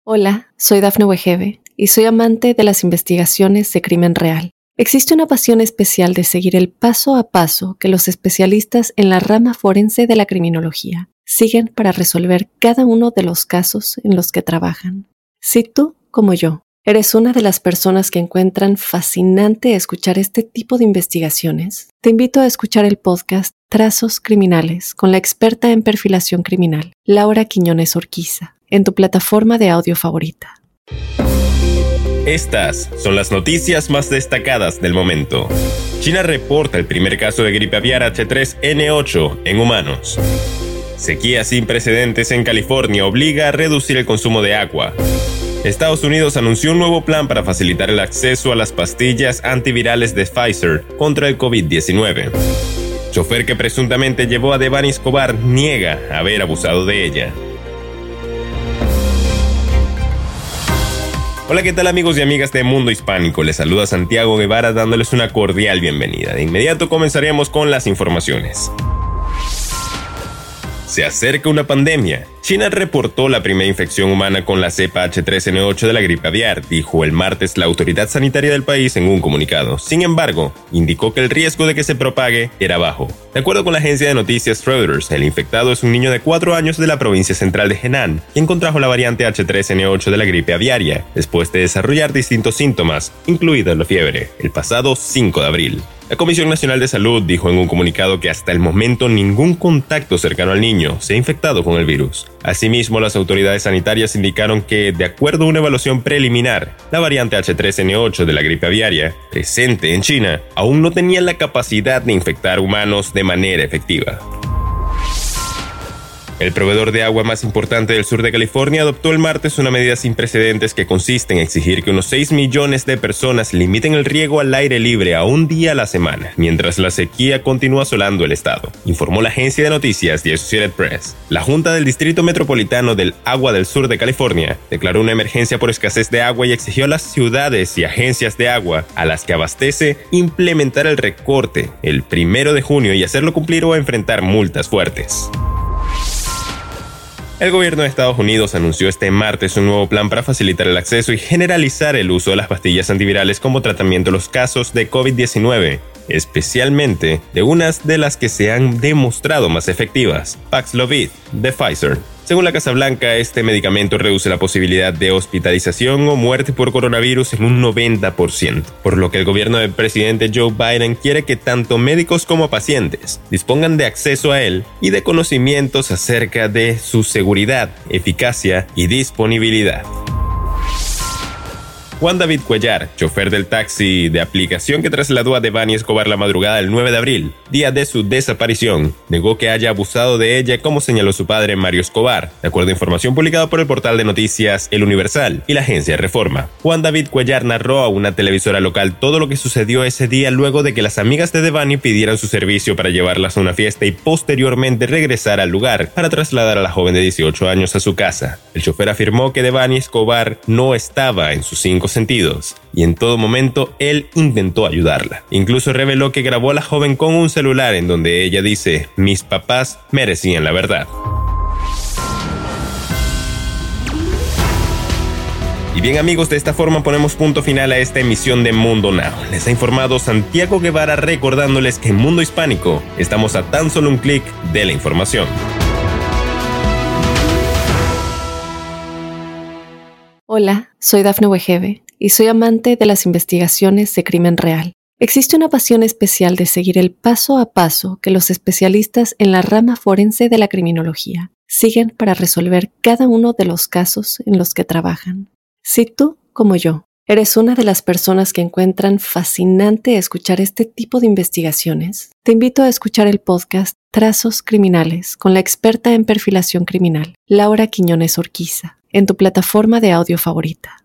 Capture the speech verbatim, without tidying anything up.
Hola, soy Dafne Wegebe y soy amante de las investigaciones de crimen real. Existe una pasión especial de seguir el paso a paso que los especialistas en la rama forense de la criminología siguen para resolver cada uno de los casos en los que trabajan. Si tú, como yo, eres una de las personas que encuentran fascinante escuchar este tipo de investigaciones, te invito a escuchar el podcast Trazos Criminales con la experta en perfilación criminal, Laura Quiñones Orquiza, en tu plataforma de audio favorita. Estas son las noticias más destacadas del momento. China reporta el primer caso de gripe aviar H tres N ocho en humanos. Sequía sin precedentes en California obliga a reducir el consumo de agua. Estados Unidos anunció un nuevo plan para facilitar el acceso a las pastillas antivirales de Pfizer contra el COVID diecinueve. Chofer que presuntamente llevó a Devani Escobar niega haber abusado de ella. Hola, ¿qué tal amigos y amigas de Mundo Hispánico? Les saluda Santiago Guevara dándoles una cordial bienvenida. De inmediato comenzaremos con las informaciones. Se acerca una pandemia. China reportó la primera infección humana con la cepa H tres N ocho de la gripe aviar, dijo el martes la autoridad sanitaria del país en un comunicado. Sin embargo, indicó que el riesgo de que se propague era bajo. De acuerdo con la agencia de noticias Reuters, el infectado es un niño de cuatro años de la provincia central de Henan, quien contrajo la variante H tres N ocho de la gripe aviaria, después de desarrollar distintos síntomas, incluida la fiebre, el pasado cinco de abril. La Comisión Nacional de Salud dijo en un comunicado que hasta el momento ningún contacto cercano al niño se ha infectado con el virus. Asimismo, las autoridades sanitarias indicaron que, de acuerdo a una evaluación preliminar, la variante H tres N ocho de la gripe aviaria, presente en China, aún no tenía la capacidad de infectar humanos de manera efectiva. El proveedor de agua más importante del sur de California adoptó el martes una medida sin precedentes que consiste en exigir que unos seis millones de personas limiten el riego al aire libre a un día a la semana, mientras la sequía continúa asolando el estado, informó la agencia de noticias The Associated Press. La Junta del Distrito Metropolitano del Agua del Sur de California declaró una emergencia por escasez de agua y exigió a las ciudades y agencias de agua a las que abastece implementar el recorte el primero de junio y hacerlo cumplir o enfrentar multas fuertes. El gobierno de Estados Unidos anunció este martes un nuevo plan para facilitar el acceso y generalizar el uso de las pastillas antivirales como tratamiento de los casos de COVID diecinueve, especialmente de unas de las que se han demostrado más efectivas, Paxlovid, de Pfizer. Según la Casa Blanca, este medicamento reduce la posibilidad de hospitalización o muerte por coronavirus en un noventa por ciento, por lo que el gobierno del presidente Joe Biden quiere que tanto médicos como pacientes dispongan de acceso a él y de conocimientos acerca de su seguridad, eficacia y disponibilidad. Juan David Cuellar, chofer del taxi de aplicación que trasladó a Devani Escobar la madrugada del nueve de abril, día de su desaparición, negó que haya abusado de ella, como señaló su padre Mario Escobar, de acuerdo a información publicada por el portal de noticias El Universal y la agencia Reforma. Juan David Cuellar narró a una televisora local todo lo que sucedió ese día luego de que las amigas de Devani pidieran su servicio para llevarlas a una fiesta y posteriormente regresar al lugar para trasladar a la joven de dieciocho años a su casa. El chofer afirmó que Devani Escobar no estaba en sus cinco sentidos y en todo momento él intentó ayudarla. Incluso reveló que grabó a la joven con un celular en donde ella dice: "Mis papás merecían la verdad". Y bien amigos, de esta forma ponemos punto final a esta emisión de Mundo Now. Les ha informado Santiago Guevara, recordándoles que en Mundo Hispánico estamos a tan solo un clic de la información. Hola, soy Dafne Wegebe y soy amante de las investigaciones de crimen real. Existe una pasión especial de seguir el paso a paso que los especialistas en la rama forense de la criminología siguen para resolver cada uno de los casos en los que trabajan. Si tú, como yo, eres una de las personas que encuentran fascinante escuchar este tipo de investigaciones, te invito a escuchar el podcast Trazos Criminales con la experta en perfilación criminal, Laura Quiñones Orquiza, en tu plataforma de audio favorita.